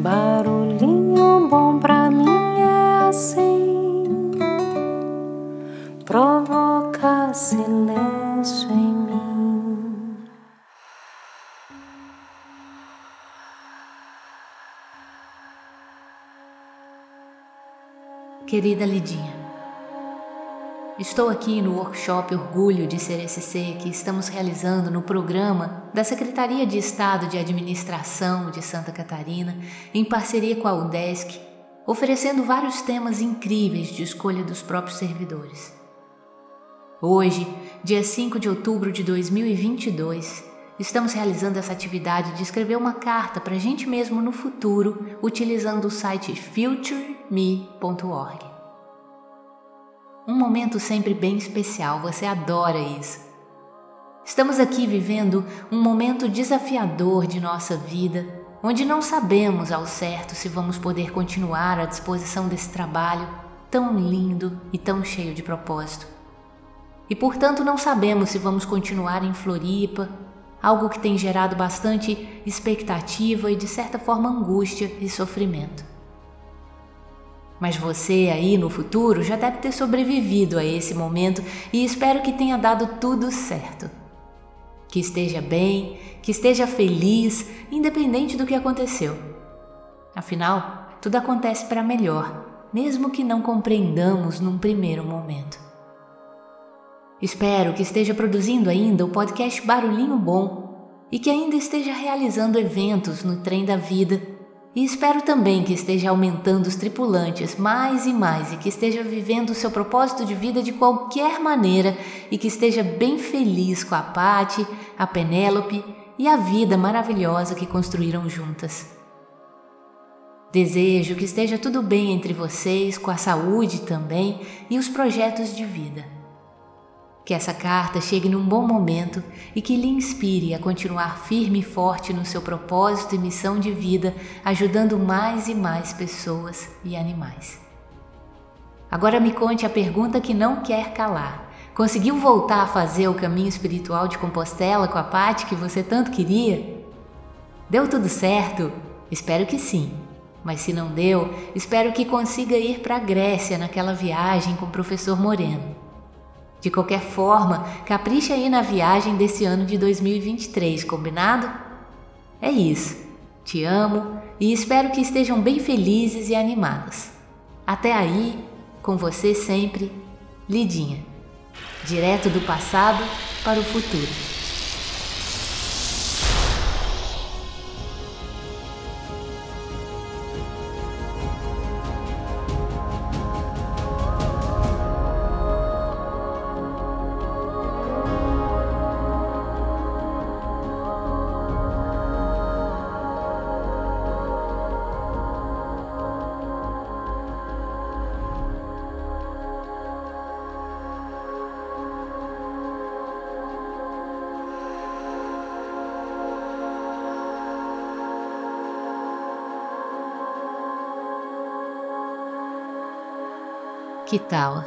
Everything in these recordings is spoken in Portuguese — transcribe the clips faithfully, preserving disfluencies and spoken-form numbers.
Barulhinho bom pra mim é assim, provoca silêncio em mim. Querida Lidinha, estou aqui no workshop Orgulho de Ser Esse Ser que estamos realizando no programa da Secretaria de Estado de Administração de Santa Catarina, em parceria com a UDESC, oferecendo vários temas incríveis de escolha dos próprios servidores. Hoje, dia cinco de outubro de dois mil e vinte e dois, estamos realizando essa atividade de escrever uma carta para a gente mesmo no futuro, utilizando o site future me ponto org. Um momento sempre bem especial, você adora isso. Estamos aqui vivendo um momento desafiador de nossa vida, onde não sabemos ao certo se vamos poder continuar à disposição desse trabalho tão lindo e tão cheio de propósito. E portanto não sabemos se vamos continuar em Floripa, algo que tem gerado bastante expectativa e de certa forma angústia e sofrimento. Mas você aí no futuro já deve ter sobrevivido a esse momento e espero que tenha dado tudo certo. Que esteja bem, que esteja feliz, independente do que aconteceu. Afinal, tudo acontece para melhor, mesmo que não compreendamos num primeiro momento. Espero que esteja produzindo ainda o podcast Barulhinho Bom e que ainda esteja realizando eventos no trem da vida. E espero também que esteja aumentando os tripulantes mais e mais e que esteja vivendo o seu propósito de vida de qualquer maneira e que esteja bem feliz com a Paty, a Penélope e a vida maravilhosa que construíram juntas. Desejo que esteja tudo bem entre vocês, com a saúde também e os projetos de vida. Que essa carta chegue num bom momento e que lhe inspire a continuar firme e forte no seu propósito e missão de vida, ajudando mais e mais pessoas e animais. Agora me conte a pergunta que não quer calar. Conseguiu voltar a fazer o caminho espiritual de Compostela com a Paty que você tanto queria? Deu tudo certo? Espero que sim. Mas se não deu, espero que consiga ir para a Grécia naquela viagem com o professor Moreno. De qualquer forma, capricha aí na viagem desse ano de dois mil e vinte e três, combinado? É isso. Te amo e espero que estejam bem felizes e animados. Até aí, com você sempre, Lidinha. Direto do passado para o futuro. Que tal?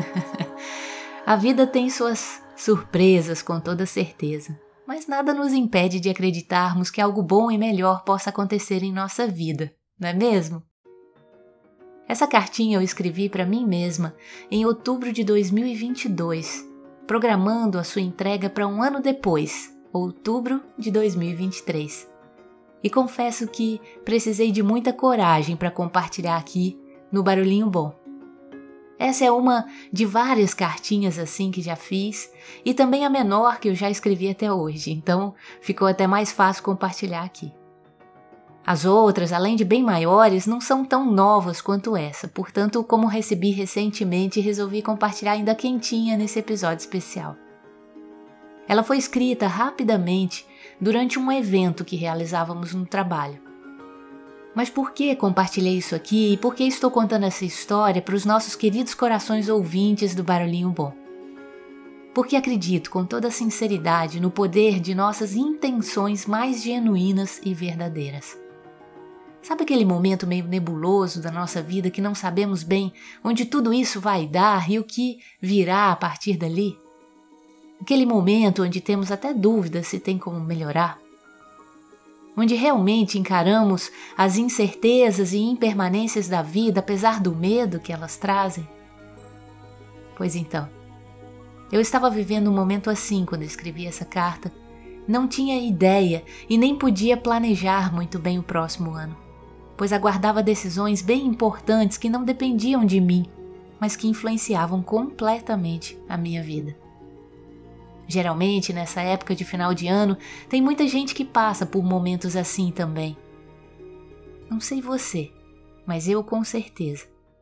A vida tem suas surpresas com toda certeza, mas nada nos impede de acreditarmos que algo bom e melhor possa acontecer em nossa vida, não é mesmo? Essa cartinha eu escrevi para mim mesma em outubro de dois mil e vinte e dois, programando a sua entrega para um ano depois, outubro de dois mil e vinte e três. E confesso que precisei de muita coragem para compartilhar aqui no Barulhinho Bom. Essa é uma de várias cartinhas assim que já fiz e também a menor que eu já escrevi até hoje, então ficou até mais fácil compartilhar aqui. As outras, além de bem maiores, não são tão novas quanto essa, portanto, como recebi recentemente, resolvi compartilhar ainda quentinha nesse episódio especial. Ela foi escrita rapidamente durante um evento que realizávamos no trabalho. Mas por que compartilhei isso aqui e por que estou contando essa história para os nossos queridos corações ouvintes do Barulhinho Bom? Porque acredito com toda sinceridade no poder de nossas intenções mais genuínas e verdadeiras. Sabe aquele momento meio nebuloso da nossa vida que não sabemos bem onde tudo isso vai dar e o que virá a partir dali? Aquele momento onde temos até dúvidas se tem como melhorar? onde realmente encaramos as incertezas e impermanências da vida, apesar do medo que elas trazem? Pois então, eu estava vivendo um momento assim quando escrevi essa carta. Não tinha ideia e nem podia planejar muito bem o próximo ano, pois aguardava decisões bem importantes que não dependiam de mim, mas que influenciavam completamente a minha vida. Geralmente, nessa época de final de ano, tem muita gente que passa por momentos assim também. Não sei você, mas eu com certeza.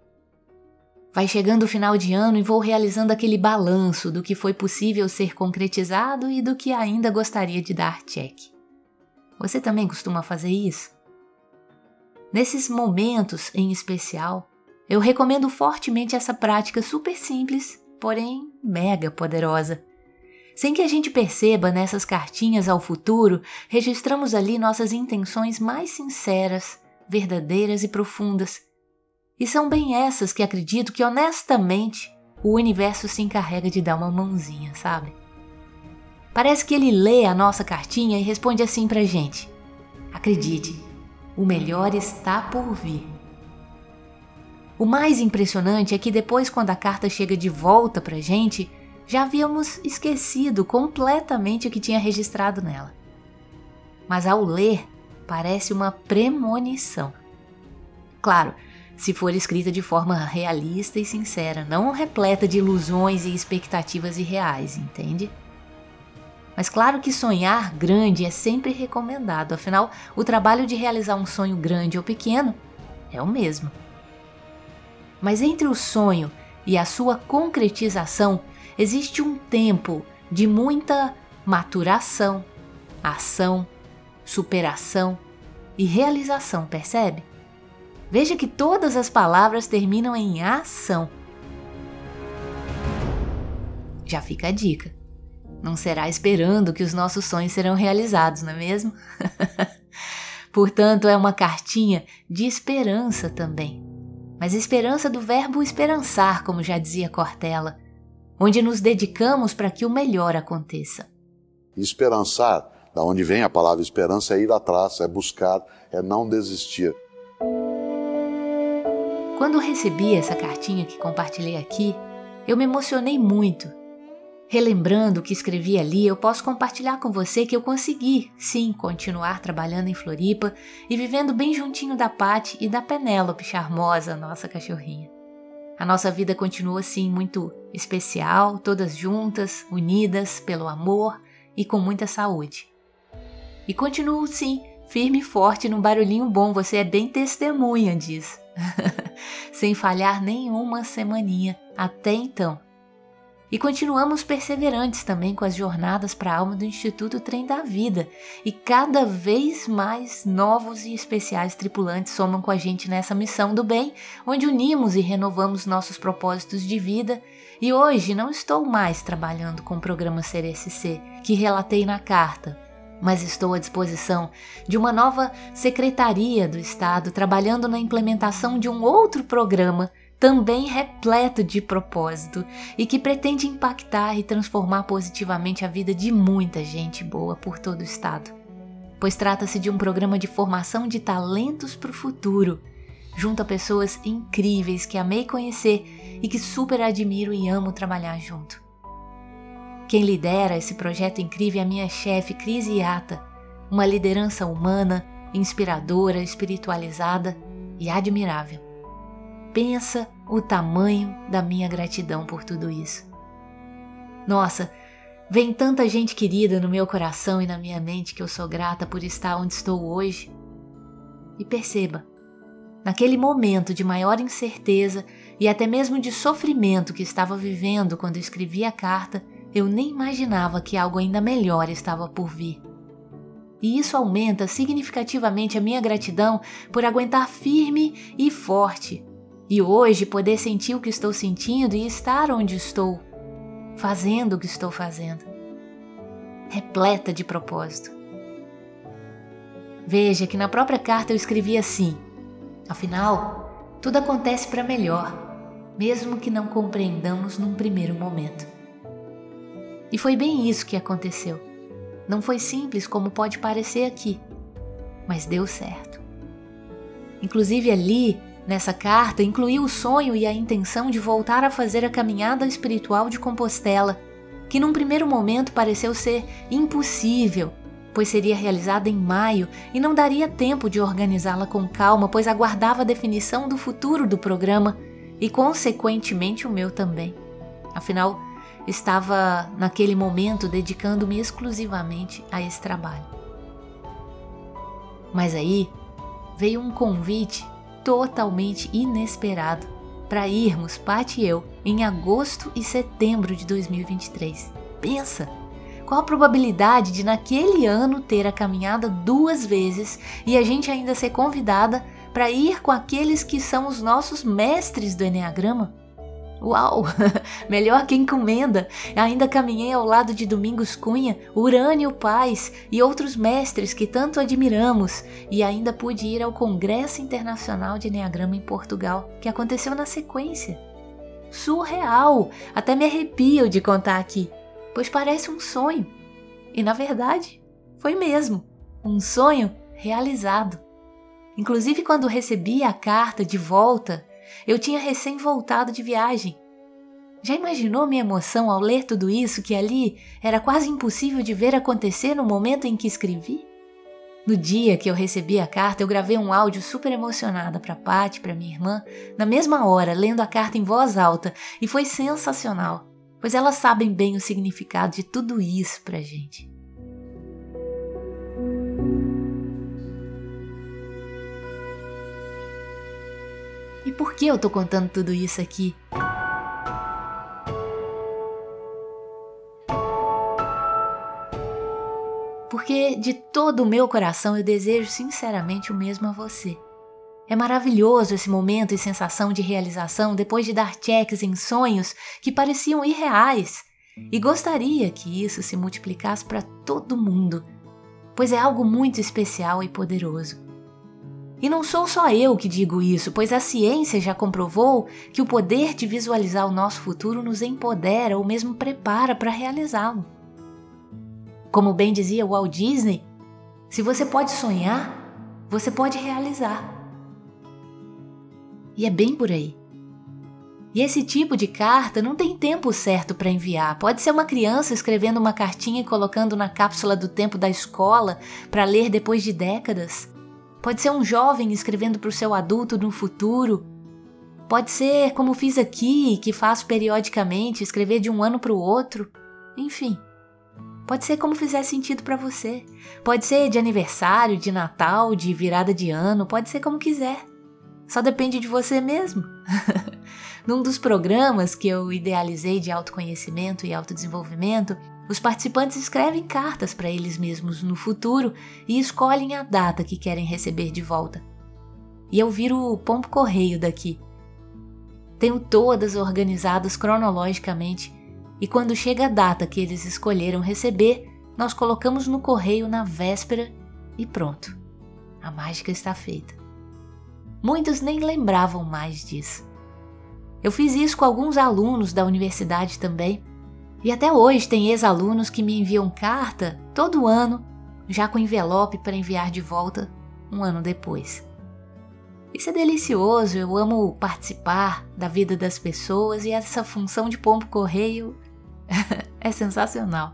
Vai chegando o final de ano e vou realizando aquele balanço do que foi possível ser concretizado e do que ainda gostaria de dar check. Você também costuma fazer isso? Nesses momentos em especial, eu recomendo fortemente essa prática super simples, porém mega poderosa. Sem que a gente perceba, nessas cartinhas ao futuro, registramos ali nossas intenções mais sinceras, verdadeiras e profundas. E são bem essas que acredito que, honestamente, o universo se encarrega de dar uma mãozinha, sabe? Parece que ele lê a nossa cartinha e responde assim pra gente: acredite, o melhor está por vir. O mais impressionante é que depois, quando a carta chega de volta pra gente, já havíamos esquecido completamente o que tinha registrado nela. Mas ao ler, parece uma premonição. Claro, se for escrita de forma realista e sincera, não repleta de ilusões e expectativas irreais, entende? Mas claro que sonhar grande é sempre recomendado, afinal, o trabalho de realizar um sonho grande ou pequeno é o mesmo. Mas entre o sonho e a sua concretização, existe um tempo de muita maturação, ação, superação e realização, percebe? Veja que todas as palavras terminam em ação. Já fica a dica. Não será esperando que os nossos sonhos serão realizados, não é mesmo? Portanto, é uma cartinha de esperança também. Mas esperança do verbo esperançar, como já dizia Cortella, onde nos dedicamos para que o melhor aconteça. Esperançar, da onde vem a palavra esperança, é ir atrás, é buscar, é não desistir. Quando recebi essa cartinha que compartilhei aqui, eu me emocionei muito. Relembrando o que escrevi ali, eu posso compartilhar com você que eu consegui, sim, continuar trabalhando em Floripa e vivendo bem juntinho da Paty e da Penélope charmosa, nossa cachorrinha. A nossa vida continua, sim, muito especial, todas juntas, unidas pelo amor e com muita saúde. E continuo, sim, firme e forte num barulhinho bom, você é bem testemunha disso. Sem falhar nenhuma semaninha até então. E continuamos perseverantes também com as jornadas para a alma do Instituto Trem da Vida. E cada vez mais novos e especiais tripulantes somam com a gente nessa missão do bem, onde unimos e renovamos nossos propósitos de vida. E hoje não estou mais trabalhando com o programa Ser S C, que relatei na carta, mas estou à disposição de uma nova secretaria do Estado trabalhando na implementação de um outro programa também repleto de propósito e que pretende impactar e transformar positivamente a vida de muita gente boa por todo o Estado. Pois trata-se de um programa de formação de talentos para o futuro, junto a pessoas incríveis que amei conhecer e que super admiro e amo trabalhar junto. Quem lidera esse projeto incrível é a minha chefe, Cris Iata, uma liderança humana, inspiradora, espiritualizada e admirável. Pensa o tamanho da minha gratidão por tudo isso. Nossa, vem tanta gente querida no meu coração e na minha mente que eu sou grata por estar onde estou hoje. E perceba, naquele momento de maior incerteza e até mesmo de sofrimento que estava vivendo quando escrevi a carta, eu nem imaginava que algo ainda melhor estava por vir. E isso aumenta significativamente a minha gratidão por aguentar firme e forte. E hoje poder sentir o que estou sentindo e estar onde estou, fazendo o que estou fazendo. Repleta de propósito. Veja que na própria carta eu escrevi assim: afinal, tudo acontece para melhor, mesmo que não compreendamos num primeiro momento. E foi bem isso que aconteceu. Não foi simples como pode parecer aqui. mas deu certo. Inclusive ali, nessa carta, incluí o sonho e a intenção de voltar a fazer a caminhada espiritual de Compostela, que num primeiro momento pareceu ser impossível, pois seria realizada em maio e não daria tempo de organizá-la com calma, pois aguardava a definição do futuro do programa e, consequentemente, o meu também. Afinal, estava naquele momento dedicando-me exclusivamente a esse trabalho. Mas aí veio um convite totalmente inesperado para irmos, Paty e eu, em agosto e setembro de dois mil e vinte e três. Pensa! Qual a probabilidade de naquele ano ter a caminhada duas vezes e a gente ainda ser convidada para ir com aqueles que são os nossos mestres do Eneagrama? Uau! Melhor que encomenda! Ainda caminhei ao lado de Domingos Cunha, Urânio Paes e outros mestres que tanto admiramos, e ainda pude ir ao Congresso Internacional de Eneagrama em Portugal, que aconteceu na sequência. Surreal! Até me arrepio de contar aqui, pois parece um sonho. E na verdade, foi mesmo um sonho realizado. Inclusive, quando recebi a carta de volta, eu tinha recém voltado de viagem. Já imaginou minha emoção ao ler tudo isso, que ali era quase impossível de ver acontecer no momento em que escrevi? No dia que eu recebi a carta, eu gravei um áudio super emocionada para Paty, para minha irmã, na mesma hora, lendo a carta em voz alta, e foi sensacional, pois elas sabem bem o significado de tudo isso pra gente. E por que eu tô contando tudo isso aqui? Porque de todo o meu coração eu desejo sinceramente o mesmo a você. É maravilhoso esse momento e sensação de realização depois de dar checks em sonhos que pareciam irreais. E gostaria que isso se multiplicasse para todo mundo, pois é algo muito especial e poderoso. E não sou só eu que digo isso, pois a ciência já comprovou que o poder de visualizar o nosso futuro nos empodera ou mesmo prepara para realizá-lo. Como bem dizia Walt Disney, se você pode sonhar, você pode realizar. E é bem por aí. E esse tipo de carta não tem tempo certo para enviar. Pode ser uma criança escrevendo uma cartinha e colocando na cápsula do tempo da escola para ler depois de décadas. Pode ser um jovem escrevendo para o seu adulto no futuro. Pode ser, como fiz aqui, que faço periodicamente, escrever de um ano para o outro. Enfim, pode ser como fizer sentido para você. Pode ser de aniversário, de Natal, de virada de ano, pode ser como quiser. Só depende de você mesmo. Num dos programas que eu idealizei de autoconhecimento e autodesenvolvimento, os participantes escrevem cartas para eles mesmos no futuro e escolhem a data que querem receber de volta. E eu viro o pombo correio daqui. Tenho todas organizadas cronologicamente e quando chega a data que eles escolheram receber, nós colocamos no correio na véspera e pronto. A mágica está feita. Muitos nem lembravam mais disso. Eu fiz isso com alguns alunos da universidade também. E até hoje tem ex-alunos que me enviam carta todo ano, já com envelope para enviar de volta um ano depois. Isso é delicioso, eu amo participar da vida das pessoas e essa função de pombo-correio é sensacional.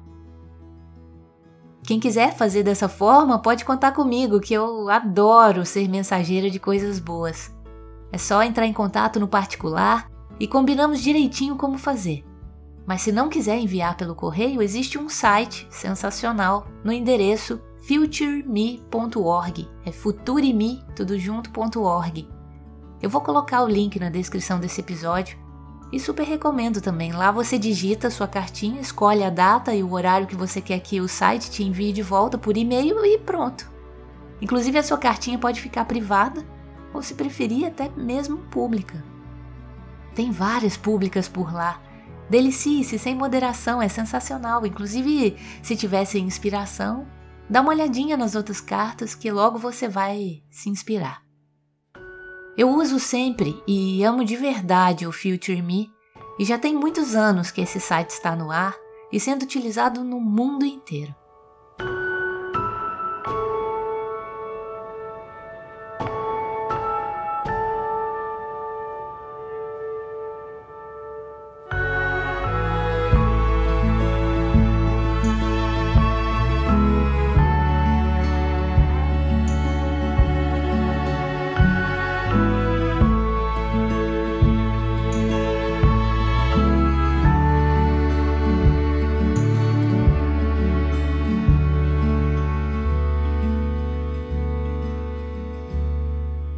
Quem quiser fazer dessa forma pode contar comigo, que eu adoro ser mensageira de coisas boas. É só entrar em contato no particular e combinamos direitinho como fazer. Mas se não quiser enviar pelo correio, existe um site sensacional no endereço future me ponto org. É futureme, tudo junto, ponto org. Eu vou colocar o link na descrição desse episódio e super recomendo também. Lá você digita sua cartinha, escolhe a data e o horário que você quer que o site te envie de volta por e-mail e pronto. Inclusive a sua cartinha pode ficar privada ou, se preferir, até mesmo pública. Tem várias públicas por lá. Delicie-se sem moderação, é sensacional. Inclusive, se tivesse inspiração, dá uma olhadinha nas outras cartas que logo você vai se inspirar. Eu uso sempre e amo de verdade o Future Me e já tem muitos anos que esse site está no ar e sendo utilizado no mundo inteiro.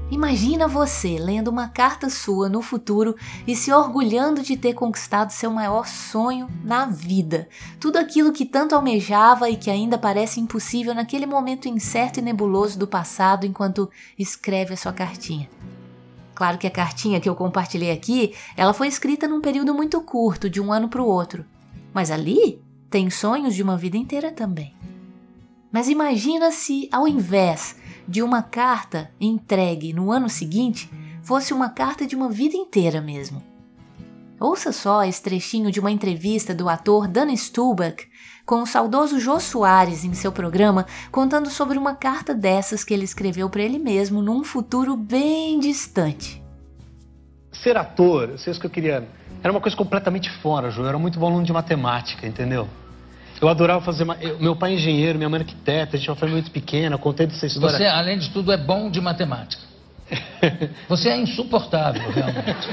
Imagina você lendo uma carta sua no futuro e se orgulhando de ter conquistado seu maior sonho na vida. Tudo aquilo que tanto almejava e que ainda parece impossível naquele momento incerto e nebuloso do passado enquanto escreve a sua cartinha. Claro que a cartinha que eu compartilhei aqui, ela foi escrita num período muito curto, de um ano para o outro. Mas ali tem sonhos de uma vida inteira também. Mas imagina se, ao invés de uma carta entregue no ano seguinte, fosse uma carta de uma vida inteira mesmo. Ouça só esse trechinho de uma entrevista do ator Dan Stulbeck com o saudoso Jô Soares em seu programa, contando sobre uma carta dessas que ele escreveu para ele mesmo num futuro bem distante. Ser ator, eu sei isso que eu queria... Era uma coisa completamente fora, Jô. Eu era muito bom aluno de matemática, entendeu? Eu adorava fazer... Ma... Eu, meu pai é engenheiro, minha mãe é arquiteta, a gente é uma família muito pequena, eu contei dessa história. Você, além de tudo, é bom de matemática. Você é insuportável, realmente.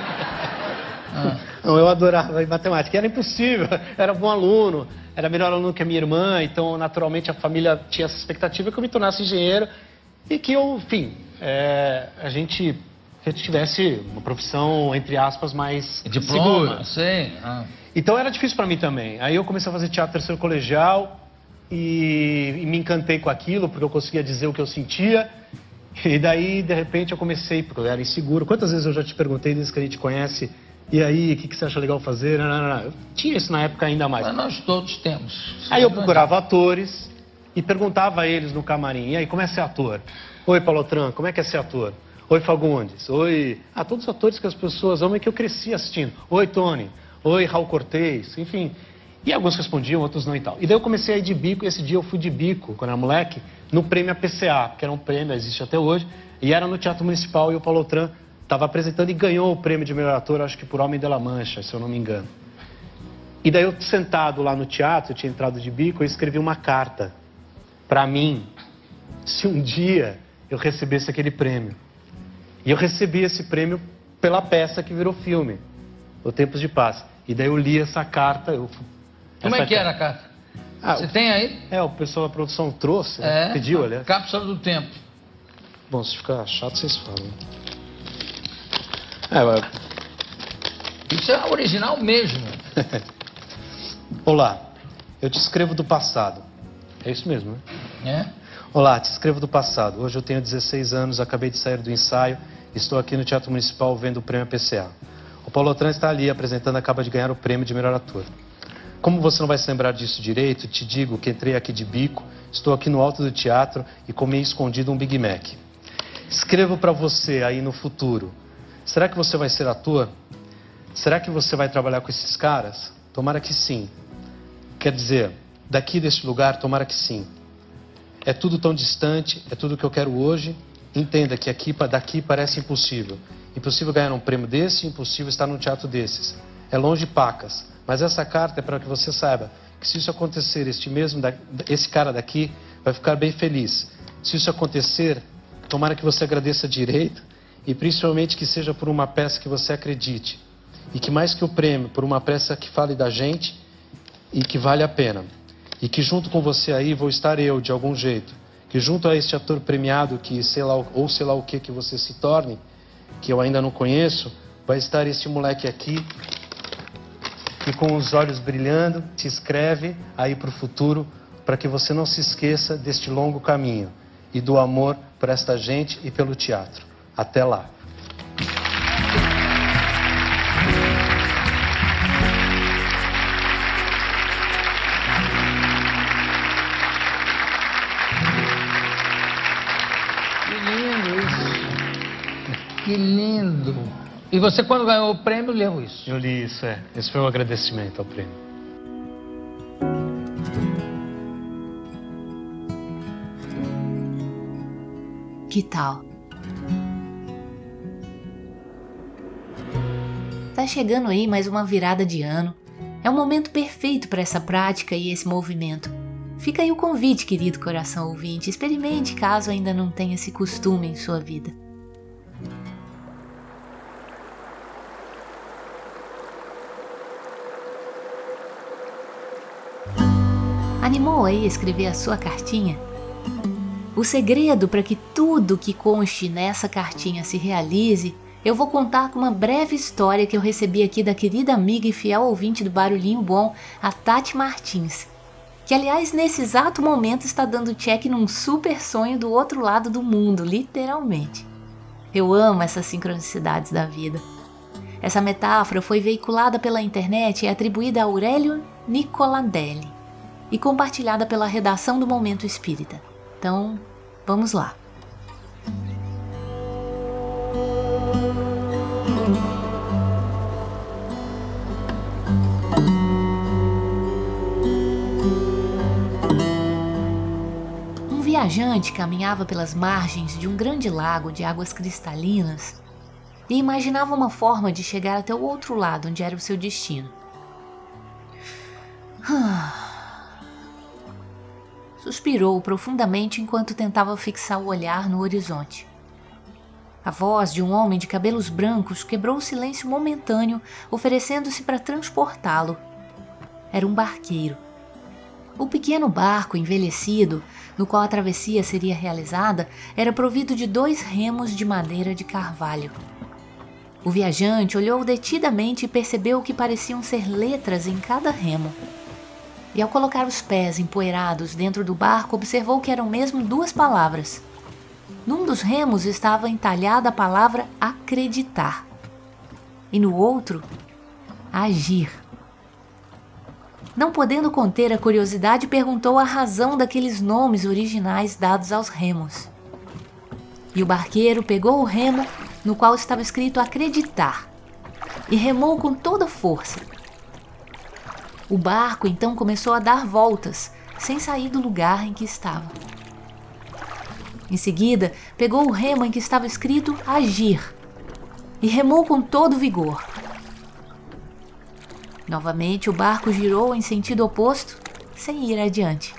Ah. Não, eu adorava matemática, era impossível, era bom aluno, era melhor aluno que a minha irmã, então naturalmente a família tinha essa expectativa que eu me tornasse engenheiro e que eu, enfim, é, a gente... que a gente tivesse uma profissão, entre aspas, mais diploma, segura. Sei. Ah. Então era difícil para mim também. Aí eu comecei a fazer teatro terceiro colegial e, e me encantei com aquilo, porque eu conseguia dizer o que eu sentia. E daí, de repente, eu comecei, porque eu era inseguro. Quantas vezes eu já te perguntei, desde que a gente conhece, e aí, o que, que você acha legal fazer? Não, não, não. Eu tinha isso na época ainda mais. Mas nós todos temos. Aí eu procurava atores e perguntava a eles no camarim, e aí, como é ser ator? Oi, Paulo Tran, como é que é ser ator? Oi, Fagundes. Oi... Ah, todos os atores que as pessoas amam e que eu cresci assistindo. Oi, Tony. Oi, Raul Cortez. Enfim. E alguns respondiam, outros não e tal. E daí eu comecei a ir de bico, e esse dia eu fui de bico, quando era moleque, no prêmio A P C A, que era um prêmio, existe até hoje, e era no Teatro Municipal, e o Paulo Tran estava apresentando e ganhou o prêmio de melhor ator, acho que por Homem de la Mancha, se eu não me engano. E daí eu, sentado lá no teatro, eu tinha entrado de bico, eu escrevi uma carta para mim, se um dia eu recebesse aquele prêmio. E eu recebi esse prêmio pela peça que virou filme, O Tempos de Paz. E daí eu li essa carta. Eu, Como essa é que era a carta? Ah, Você tem aí? É, o pessoal da produção trouxe, é, né? Pediu, aliás. Cápsula do Tempo. Bom, se ficar chato, vocês falam. É, mas... Isso é original mesmo. Olá, eu te escrevo do passado. É isso mesmo, né? É? Olá, te escrevo do passado. Hoje eu tenho dezesseis anos, acabei de sair do ensaio, estou aqui no Teatro Municipal vendo o prêmio A P C A. O Paulo Tran está ali apresentando, acaba de ganhar o prêmio de melhor ator. Como você não vai se lembrar disso direito, te digo que entrei aqui de bico, estou aqui no alto do teatro e comi escondido um Big Mac. Escrevo para você aí no futuro. Será que você vai ser ator? Será que você vai trabalhar com esses caras? Tomara que sim. Quer dizer, daqui deste lugar, tomara que sim. É tudo tão distante, é tudo que eu quero hoje. Entenda que aqui, daqui parece impossível. Impossível ganhar um prêmio desse, impossível estar num teatro desses. É longe pacas. Mas essa carta é para que você saiba que se isso acontecer, este mesmo, esse cara daqui vai ficar bem feliz. Se isso acontecer, tomara que você agradeça direito e principalmente que seja por uma peça que você acredite. E que mais que o prêmio, por uma peça que fale da gente e que vale a pena. E que junto com você aí vou estar eu, de algum jeito. Que junto a este ator premiado, que sei lá, ou sei lá o que que você se torne, que eu ainda não conheço, vai estar esse moleque aqui, que com os olhos brilhando, te escreve aí para o futuro, para que você não se esqueça deste longo caminho e do amor por esta gente e pelo teatro. Até lá. Que lindo. E você, quando ganhou o prêmio, leu isso? Eu li isso, é. Esse foi o agradecimento ao prêmio. Que tal? Tá chegando aí mais uma virada de ano. É um momento perfeito para essa prática e esse movimento. Fica aí o convite, querido coração ouvinte. Experimente caso ainda não tenha esse costume em sua vida. Animou aí a escrever a sua cartinha? O segredo para que tudo que conste nessa cartinha se realize, eu vou contar com uma breve história que eu recebi aqui da querida amiga e fiel ouvinte do Barulhinho Bom, a Tati Martins, que aliás nesse exato momento está dando check num super sonho do outro lado do mundo, literalmente. Eu amo essas sincronicidades da vida. Essa metáfora foi veiculada pela internet e atribuída a Aurélio Nicolandelli e compartilhada pela redação do Momento Espírita. Então, vamos lá. Um viajante caminhava pelas margens de um grande lago de águas cristalinas e imaginava uma forma de chegar até o outro lado, onde era o seu destino. Suspirou profundamente enquanto tentava fixar o olhar no horizonte. A voz de um homem de cabelos brancos quebrou o silêncio momentâneo, oferecendo-se para transportá-lo. Era um barqueiro. O pequeno barco envelhecido, no qual a travessia seria realizada, era provido de dois remos de madeira de carvalho. O viajante olhou detidamente e percebeu que pareciam ser letras em cada remo. E ao colocar os pés empoeirados dentro do barco, observou que eram mesmo duas palavras. Num dos remos estava entalhada a palavra acreditar. E no outro, agir. Não podendo conter a curiosidade, perguntou a razão daqueles nomes originais dados aos remos. E o barqueiro pegou o remo, no qual estava escrito acreditar, e remou com toda força. O barco então começou a dar voltas, sem sair do lugar em que estava. Em seguida, pegou o remo em que estava escrito agir, e remou com todo vigor. Novamente o barco girou em sentido oposto, sem ir adiante.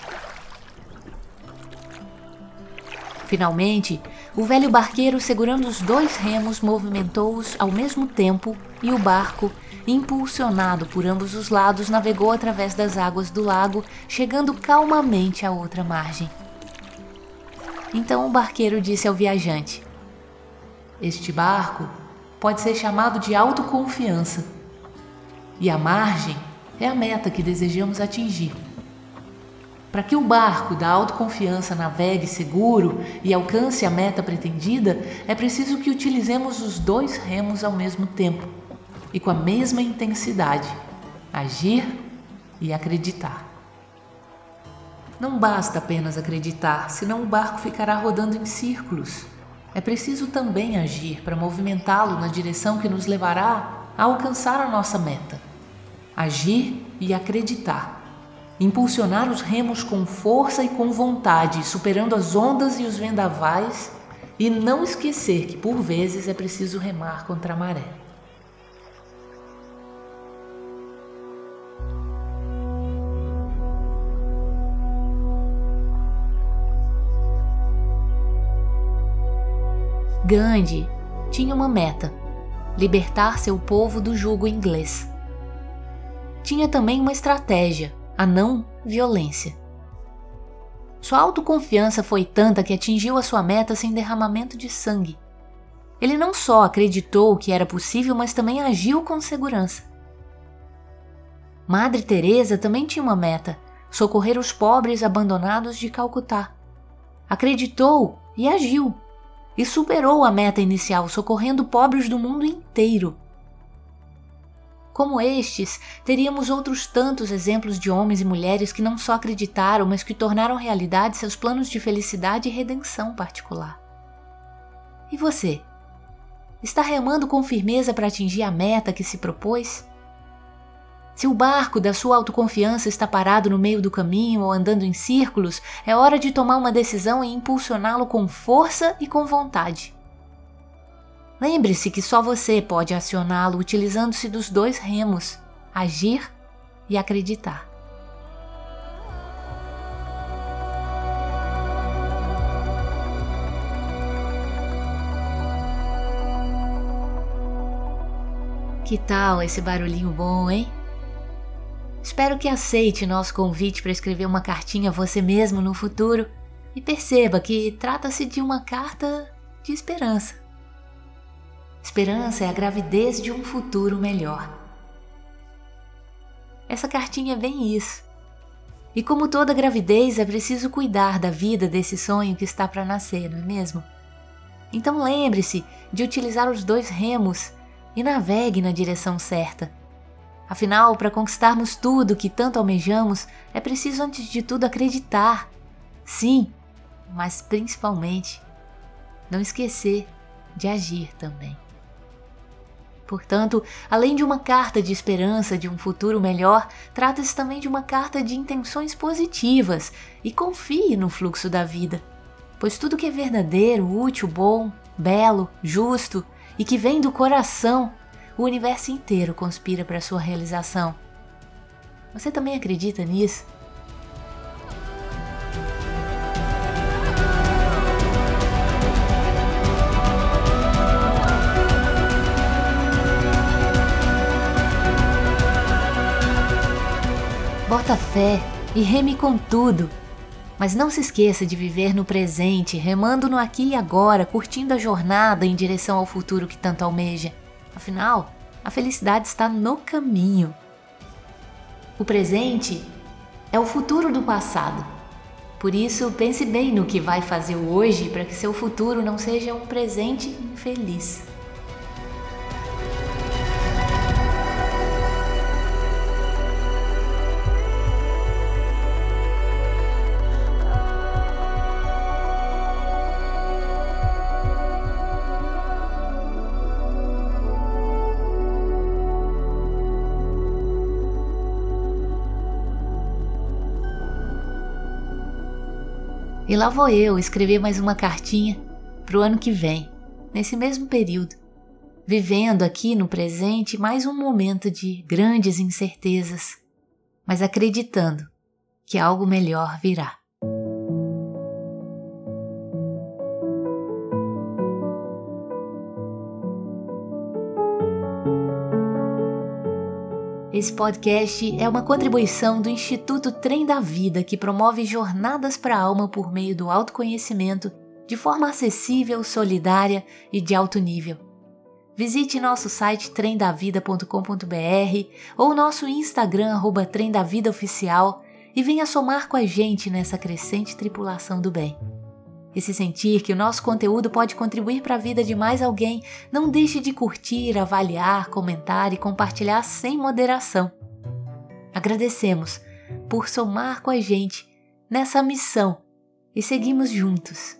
Finalmente, o velho barqueiro, segurando os dois remos, movimentou-os ao mesmo tempo e o barco, impulsionado por ambos os lados, navegou através das águas do lago, chegando calmamente à outra margem. Então o barqueiro disse ao viajante: "Este barco pode ser chamado de autoconfiança, e a margem é a meta que desejamos atingir. Para que o barco da autoconfiança navegue seguro e alcance a meta pretendida, é preciso que utilizemos os dois remos ao mesmo tempo e com a mesma intensidade, agir e acreditar. Não basta apenas acreditar, senão o barco ficará rodando em círculos. É preciso também agir para movimentá-lo na direção que nos levará a alcançar a nossa meta. Agir e acreditar. Impulsionar os remos com força e com vontade, superando as ondas e os vendavais, e não esquecer que por vezes é preciso remar contra a maré." Gandhi tinha uma meta: libertar seu povo do jugo inglês. Tinha também uma estratégia: a não violência. Sua autoconfiança foi tanta que atingiu a sua meta sem derramamento de sangue. Ele não só acreditou que era possível, mas também agiu com segurança. Madre Teresa também tinha uma meta: socorrer os pobres abandonados de Calcutá. Acreditou e agiu, e superou a meta inicial, socorrendo pobres do mundo inteiro. Como estes, teríamos outros tantos exemplos de homens e mulheres que não só acreditaram, mas que tornaram realidade seus planos de felicidade e redenção particular. E você? Está remando com firmeza para atingir a meta que se propôs? Se o barco da sua autoconfiança está parado no meio do caminho ou andando em círculos, é hora de tomar uma decisão e impulsioná-lo com força e com vontade. Lembre-se que só você pode acioná-lo utilizando-se dos dois remos: agir e acreditar. Que tal esse barulhinho bom, hein? Espero que aceite nosso convite para escrever uma cartinha a você mesmo no futuro, E perceba que trata-se de uma carta de esperança. Esperança é a gravidez de um futuro melhor. Essa cartinha é bem isso. E como toda gravidez, é preciso cuidar da vida desse sonho que está para nascer, não é mesmo? Então lembre-se de utilizar os dois remos e navegue na direção certa. Afinal, para conquistarmos tudo que tanto almejamos, é preciso antes de tudo acreditar. Sim, mas principalmente não esquecer de agir também. Portanto, além de uma carta de esperança de um futuro melhor, trata-se também de uma carta de intenções positivas e confie no fluxo da vida, pois tudo que é verdadeiro, útil, bom, belo, justo e que vem do coração, o universo inteiro conspira para sua realização. Você também acredita nisso? Bota fé e reme com tudo. Mas não se esqueça de viver no presente, remando no aqui e agora, curtindo a jornada em direção ao futuro que tanto almeja. Afinal, a felicidade está no caminho. O presente é o futuro do passado. Por isso, pense bem no que vai fazer hoje para que seu futuro não seja um presente infeliz. E lá vou eu escrever mais uma cartinha para o ano que vem, nesse mesmo período, vivendo aqui no presente mais um momento de grandes incertezas, mas acreditando que algo melhor virá. Esse podcast é uma contribuição do Instituto Trem da Vida, que promove jornadas para a alma por meio do autoconhecimento, de forma acessível, solidária e de alto nível. Visite nosso site trem da vida ponto com ponto b r ou nosso Instagram, arroba Trem da Vida Oficial, e venha somar com a gente nessa crescente tripulação do bem. E se sentir que o nosso conteúdo pode contribuir para a vida de mais alguém, não deixe de curtir, avaliar, comentar e compartilhar sem moderação. Agradecemos por somar com a gente nessa missão e seguimos juntos.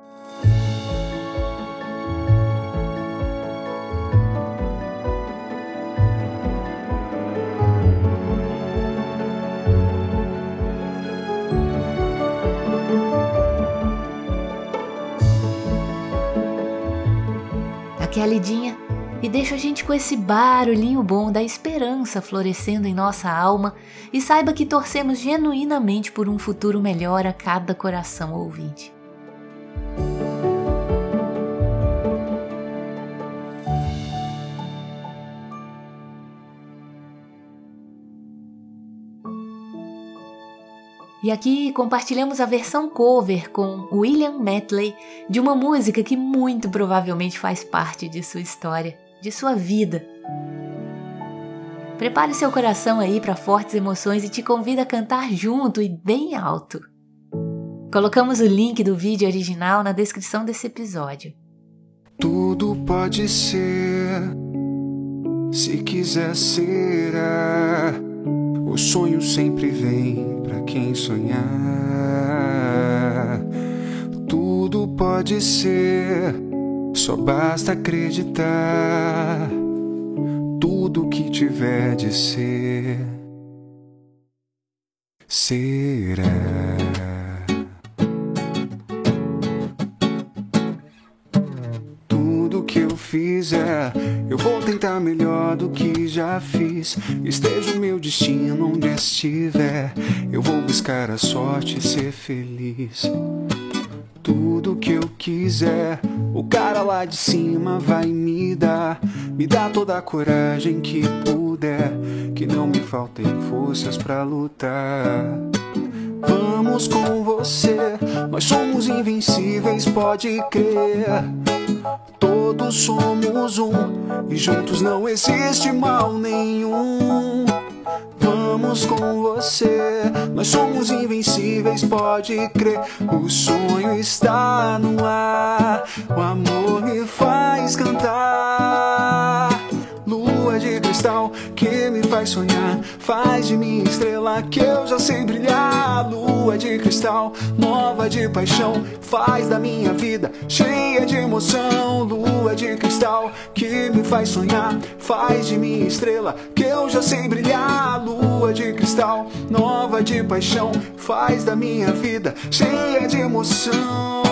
Aqui é a Lidinha e deixa a gente com esse barulhinho bom da esperança florescendo em nossa alma e saiba que torcemos genuinamente por um futuro melhor a cada coração ouvinte. E aqui compartilhamos a versão cover com William Medley de uma música que muito provavelmente faz parte de sua história, de sua vida. Prepare seu coração aí para fortes emoções e te convido a cantar junto e bem alto. Colocamos o link do vídeo original na descrição desse episódio. Tudo pode ser, se quiser será. O sonho sempre vem pra quem sonhar. Tudo pode ser, só basta acreditar. Tudo que tiver de ser, será. Tudo que eu fizer, eu vou tentar melhor do que já fiz. Esteja o meu destino onde estiver, eu vou buscar a sorte e ser feliz. Tudo que eu quiser, o cara lá de cima vai me dar. Me dá toda a coragem que puder, que não me faltem forças pra lutar. Vamos com você, nós somos invencíveis, pode crer. Todos somos um e juntos não existe mal nenhum. Vamos com você, nós somos invencíveis, pode crer. O sonho está no ar, o amor me faz cantar. Lua de cristal que me faz sonhar, faz de mim estrela que eu já sei brilhar. Lua de cristal, nova de paixão, faz da minha vida cheia de emoção. Lua de cristal que me faz sonhar, faz de mim estrela que eu já sei brilhar. Lua de cristal, nova de paixão, faz da minha vida cheia de emoção.